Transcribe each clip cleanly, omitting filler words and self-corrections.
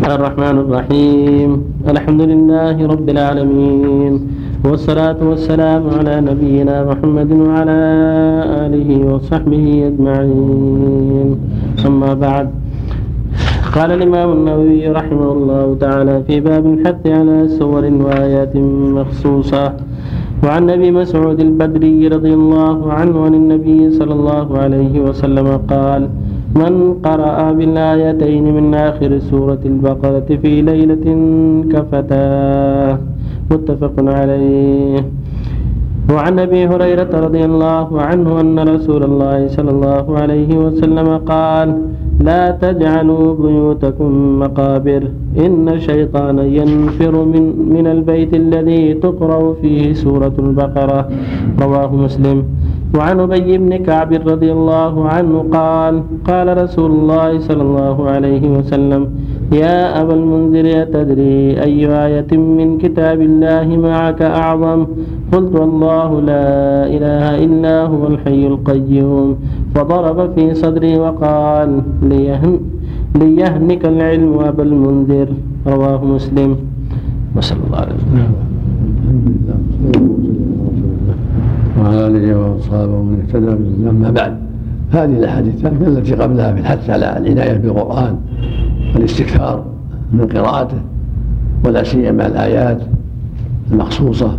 الله الرحمن الرحيم. الحمد لله رب العالمين، والصلاة والسلام على نبينا محمد وعلى آله وصحبه أجمعين. أما بعد، قال الإمام النووي رحمه الله تعالى في باب الحث على سور وآيات مخصوصة. وعن أبي مسعود البدري رضي الله عنه عن النبي صلى الله عليه وسلم قال: من قرأ بالآيتين من آخر سورة البقرة في ليلة كفتاه. متفق عليه. وعن أبي هريرة رضي الله عنه أن رسول الله صلى الله عليه وسلم قال: لا تجعلوا بيوتكم مقابر، إن الشيطان ينفر من البيت الذي تقرأ فيه سورة البقرة. رواه مسلم. وعن أبي بن كعب رضي الله عنه قال: قال رسول الله صلى الله عليه وسلم: يا أبا المنذر أتدري أي آية من كتاب الله معك أعظم؟ قلت: الله لا إله إلا هو الحي القيوم. فضرب في صدري وقال: ليهنك العلم أبا المنذر. رواه مسلم. وصلى الله عليه وسلم. وعلى آله وأصحابه ومن اهتدى بهداه. أما بعد، هذه الأحاديث التي قبلها في الحث على العناية بالقرآن والاستكثار من قراءته، ولا سيما الآيات المخصوصة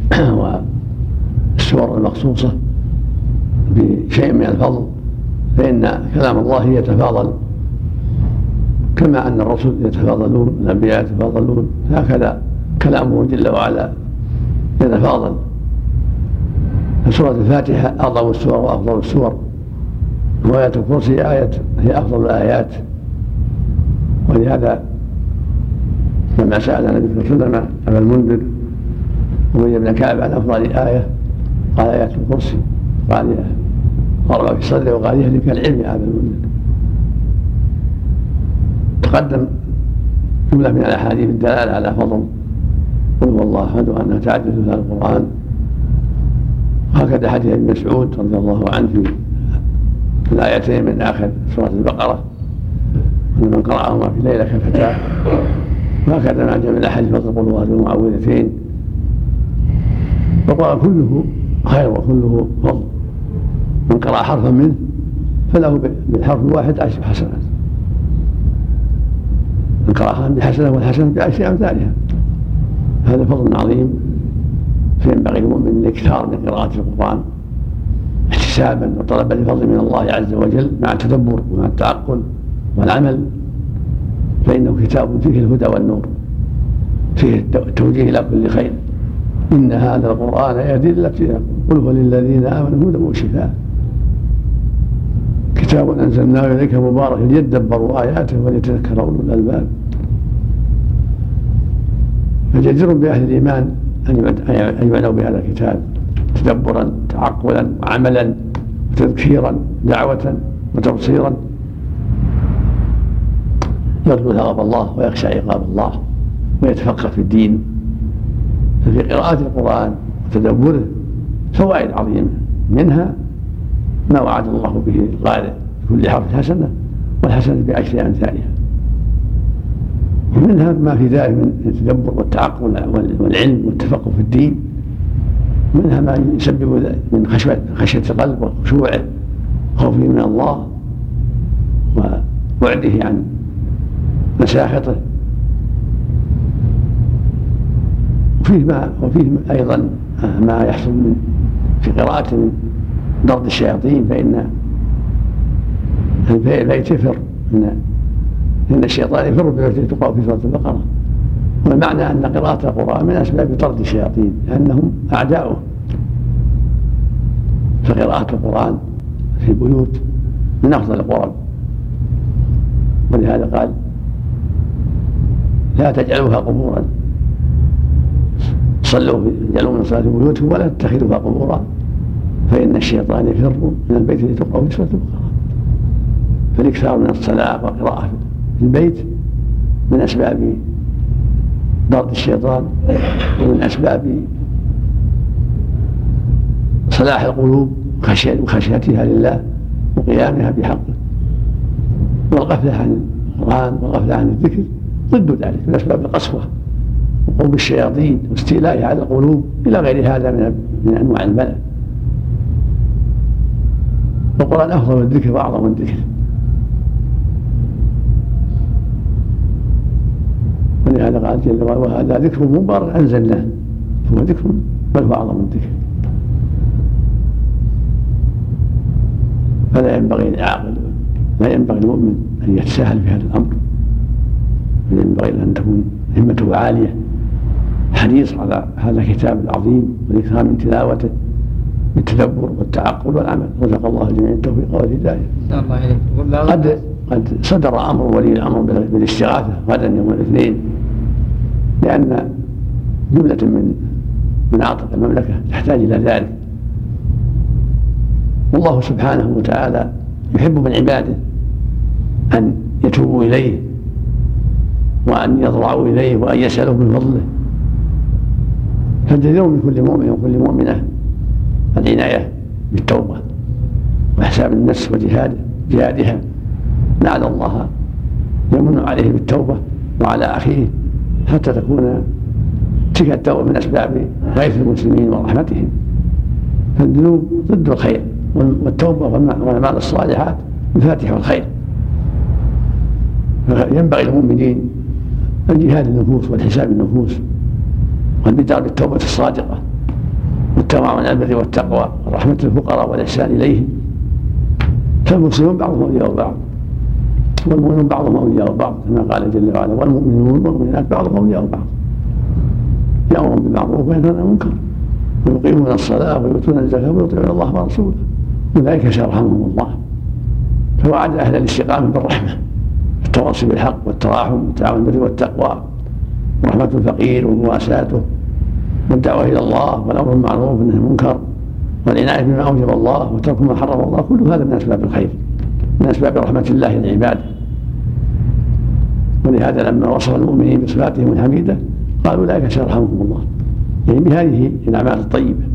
والسور المخصوصة بشيء من الفضل، فإن كلام الله يتفاضل كما أن الرسل يتفاضلون والأنبياء يتفاضلون، هكذا كلامه جل وعلا يتفاضل. فسورة الفاتحة أعظم السور وأفضل السور، وآية الكرسي هي أفضل الآيات. ولهذا لما سأل النبي صلى الله عليه وسلم أبا المنذر أبي بن كعب عن أفضل آية قال: آية الكرسي. قال: ضرب في صدره وقال: يهلك العلم يا أبا المنذر. تقدم جملة من الأحاديث الدلالة على فضل قل هو الله أحد وأنها تعدد ثلث القرآن. هكذا حديث ابن مسعود رضي الله عنه في الآيتين من آخر سورة البقرة أن من قرأهما في ليلة كفتاه. وهكذا ما جاء من الأحاديث فضل قل هو المعوذتين. والقرآن كله خير وكله فضل. من قرأ حرفا منه فله بالحرف الواحد 10 حسنات، من قرأها بحسنة والحسنة ب10 أمثالها. هذا فضل عظيم، فينبغي المؤمن الاكثار من قراءة القرآن احتسابا وطلبا لفضل من الله عز وجل، مع التدبر ومع التعقل والعمل، فإنه كتاب فيه الهدى والنور، فيه التوجيه إلى كل خير. إن هذا القرآن يهدي للتي هي أقوم. قل هو للذين آمنوا هدى وشفاء. كتاب أنزلناه إليك مبارك ليدبروا آياته وليتذكر أولو الألباب. فجدير بأهل الإيمان أن يعنوا بهذا الكتاب تدبرا تعقلا وعملا وتذكيرا دعوة وتبصيرا، يرجو ثواب الله ويخشى عقاب الله ويتفقه في الدين. ففي قراءة القرآن وتدبره فوائد عظيمة، منها ما وعد الله به القارئ بكل حرف حسنة والحسنة ب10 أمثالها، ومنها ما في ذلك من التدبر والتعقل والعلم والتفقه في الدين، منها ما يسبب من خشية القلب وخشوعه خوفه من الله وبعده عن مساخطه. وفيه أيضا ما يحصل في قراءته من ضرب الشياطين، فإن البيت يفر إن الشيطان يفر بوجهه تقرأ في سورة البقرة. والمعنى أن قراءة القرآن من أسباب طرد الشياطين لأنهم أعداؤه. فقراءة القرآن في البيوت من أفضل القرب، ولهذا قال: لا تجعلوها قبورا، اجعلوا من صلاة بيوتكم ولا تتخذوها قبورا فإن الشيطان يفر من البيت الذي تقرأ في سورة البقرة. فالاكثار من الصلاة والقراءة في البيت من أسباب ضرب الشيطان، ومن أسباب صلاح القلوب وخشيتها لله وقيامها بحقه. والغفلة عن القرآن والغفلة عن الذكر ضد ذلك من أسباب القسوة وقوم الشياطين واستيلائها على القلوب إلى غير هذا من أنواع البلاء. القرآن أفضل الذكر وأعظم الذكر، ولهذا قال جل وعلا وهذا ذكر مبارك أنزلناه، هو ذكر بل هو أعظم الذكر. فلا ينبغي للعاقل لا ينبغي للمؤمن أن يتساهل في هذا الأمر، بل ينبغي أن تكون همته عالية، حريص على هذا الكتاب العظيم والإكثار من تلاوته بالتدبر والتعقل والعمل. رزق الله جميع التوفيق والهداية. قد صدر أمر ولي الأمر بالاستغاثة غدا يوم الاثنين، لأن جملة من مناطق المملكة تحتاج إلى ذلك، والله سبحانه وتعالى يحب من عباده أن يتوبوا إليه وأن يضرعوا إليه وأن يسألوا من فضله، فالجدير من كل مؤمن وكل مؤمنة العناية بالتوبة وإحسان النفس وجهادها، لعل الله يمن عليه بالتوبة وعلى أخيه حتى تكون تلك التوبة من أسباب غيث المسلمين ورحمتهم. فالذنوب ضد الخير، والتوبة والأعمال الصالحات مفاتيح الخير. فينبغي للمؤمنين الجهاد النفوس والحساب النفوس والبدار بالتوبة الصادقة والتعاون على البر والتقوى ورحمة الفقراء والإحسان إليهم. فالمسلمون بعضهم أولياء بعض والمؤمنون بعضهم أولياء بعض، كما قال جل وعلا والمؤمنون والمؤمنات بعضهم أولياء بعض يأمرون بالمعروف وينهون عن المنكر ويقيمون الصلاة ويؤتون الزكاة ويطيعون الله ورسوله أولئك سيرحمهم الله. فوعد أهل الاستقامة بالرحمة، التواصي بالحق والتراحم والتعاون بالبر والتقوى ورحمة الفقير ومواساته والدعوة إلى الله والأمر بالمعروف والنهي عن المنكر والعناية بما أوجب الله وترك ما حرم الله، كل هذا من أسباب الخير، من أسباب رحمة الله للعباد. ولهذا لما وصف المؤمنين بصفاتهم الحميدة قال أولئك سيرحمهم الله، يعني بهذه الأعمال الطيبة.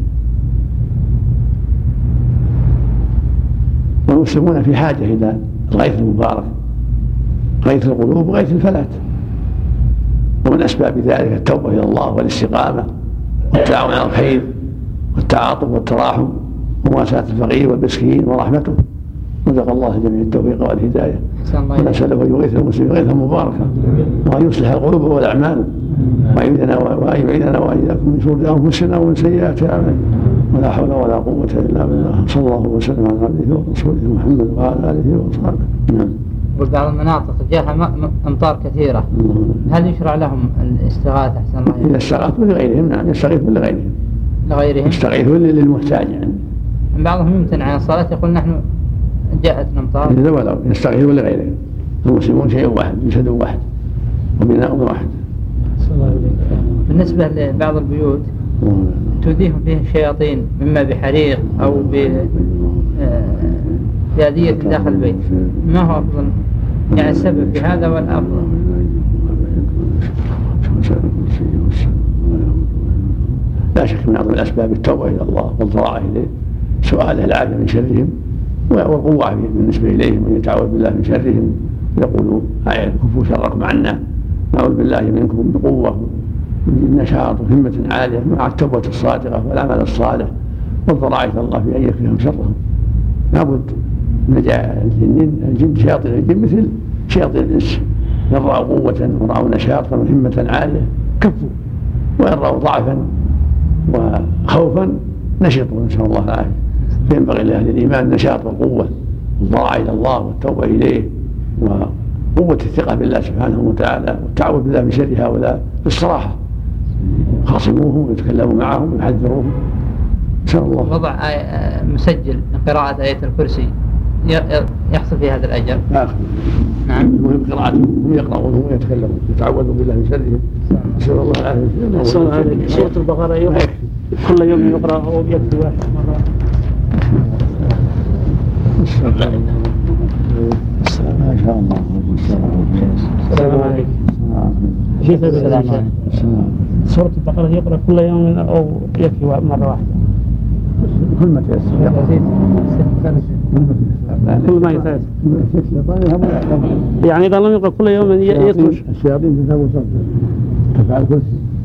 والمسلمون في حاجة إلى الغيث المبارك، غيث القلوب وغيث الفلاة، ومن أسباب ذلك التوبة إلى الله والاستقامة والتعاون على الخير والتعاطف والتراحم ومواساة الفقير والمسكين ورحمته. رزق الله جميع التوفيق والهداية، ونسأله أن يغيث المسلمين غيثا مباركا وأن يصلح القلوب والأعمال وأن يعيذنا وإياكم من شرور أنفسنا ومن سيئات أعمالنا، ولا حول ولا قوة إلا بالله. صلى الله وسلم على عبده ورسوله محمد وعلى آله وأصحابه. نعم. وبعض المناطق جاءها أمطار كثيرة، هل يشرع لهم الاستغاثة أحسن الله؟ إذا استغاثوا لغيرهم، نعم يستغيثون لغيرهم يستغيثون للمحتاج يعني. بعضهم يمتنع عن الصلاة يقول نحن جاءتنا أمطار. إذا ولو يستغيثون لغيرهم، المسلمون شيء واحد جسد واحد وبناء واحد. بالنسبة لبعض البيوت تؤذيهم فيها الشياطين إما بحريق أو بأذية داخل البيت، ما هو أفضل يعني السبب في هذا والأفضل؟ لا شك من أعظم الأسباب التوبة إلى الله والضراعة إليه، سؤاله العافية من شرهم والقوة بالنسبة إليهم، وأن يتعوذ بالله من شرهم، يقولوا كفوا شركم عنا، نعوذ بالله منكم بقوة بنشاط وهمة عالية مع التوبة الصادقة والعمل الصالح والضراعة إلى الله في أن يكفيهم شرهم. لابد نجا الجن شياطين الجن مثل شياطين الإنس، إن رأوا قوة ورأوا نشاطا وهمة عالية كفوا، وإن رأوا ضعفا وخوفا نشطوا، نسأل الله العافية. فينبغي لأهل الإيمان النشاط والقوة والضراعة إلى الله والتوبة إليه وقوة الثقة بالله سبحانه وتعالى والتعوذ بالله من شر هؤلاء بالصراحة، خاصموهم ويتكلموا معهم ويحذروهم. نسأل الله. وضع مسجل قراءة آية الكرسي يحصل في هذا الأجر؟ نعم. المهم قراءتهم، هم يقرؤون وهم يتكلمون يتعوذوا بالله من شرهم. نسأل الله العافية. السلام عليكم. سورة البقرة كل يوم يقرأ أو يكفي واحد مرة. ما شاء الله. السلام عليكم. سورة البقرة يقرأ كل يوم أو يكفي مرة واحدة؟ كل ما تيسر كل ما يتيسر. يعني إذا لم يقرأ كل يوم يترك الشياطين تذهب وتفعل كل شيء.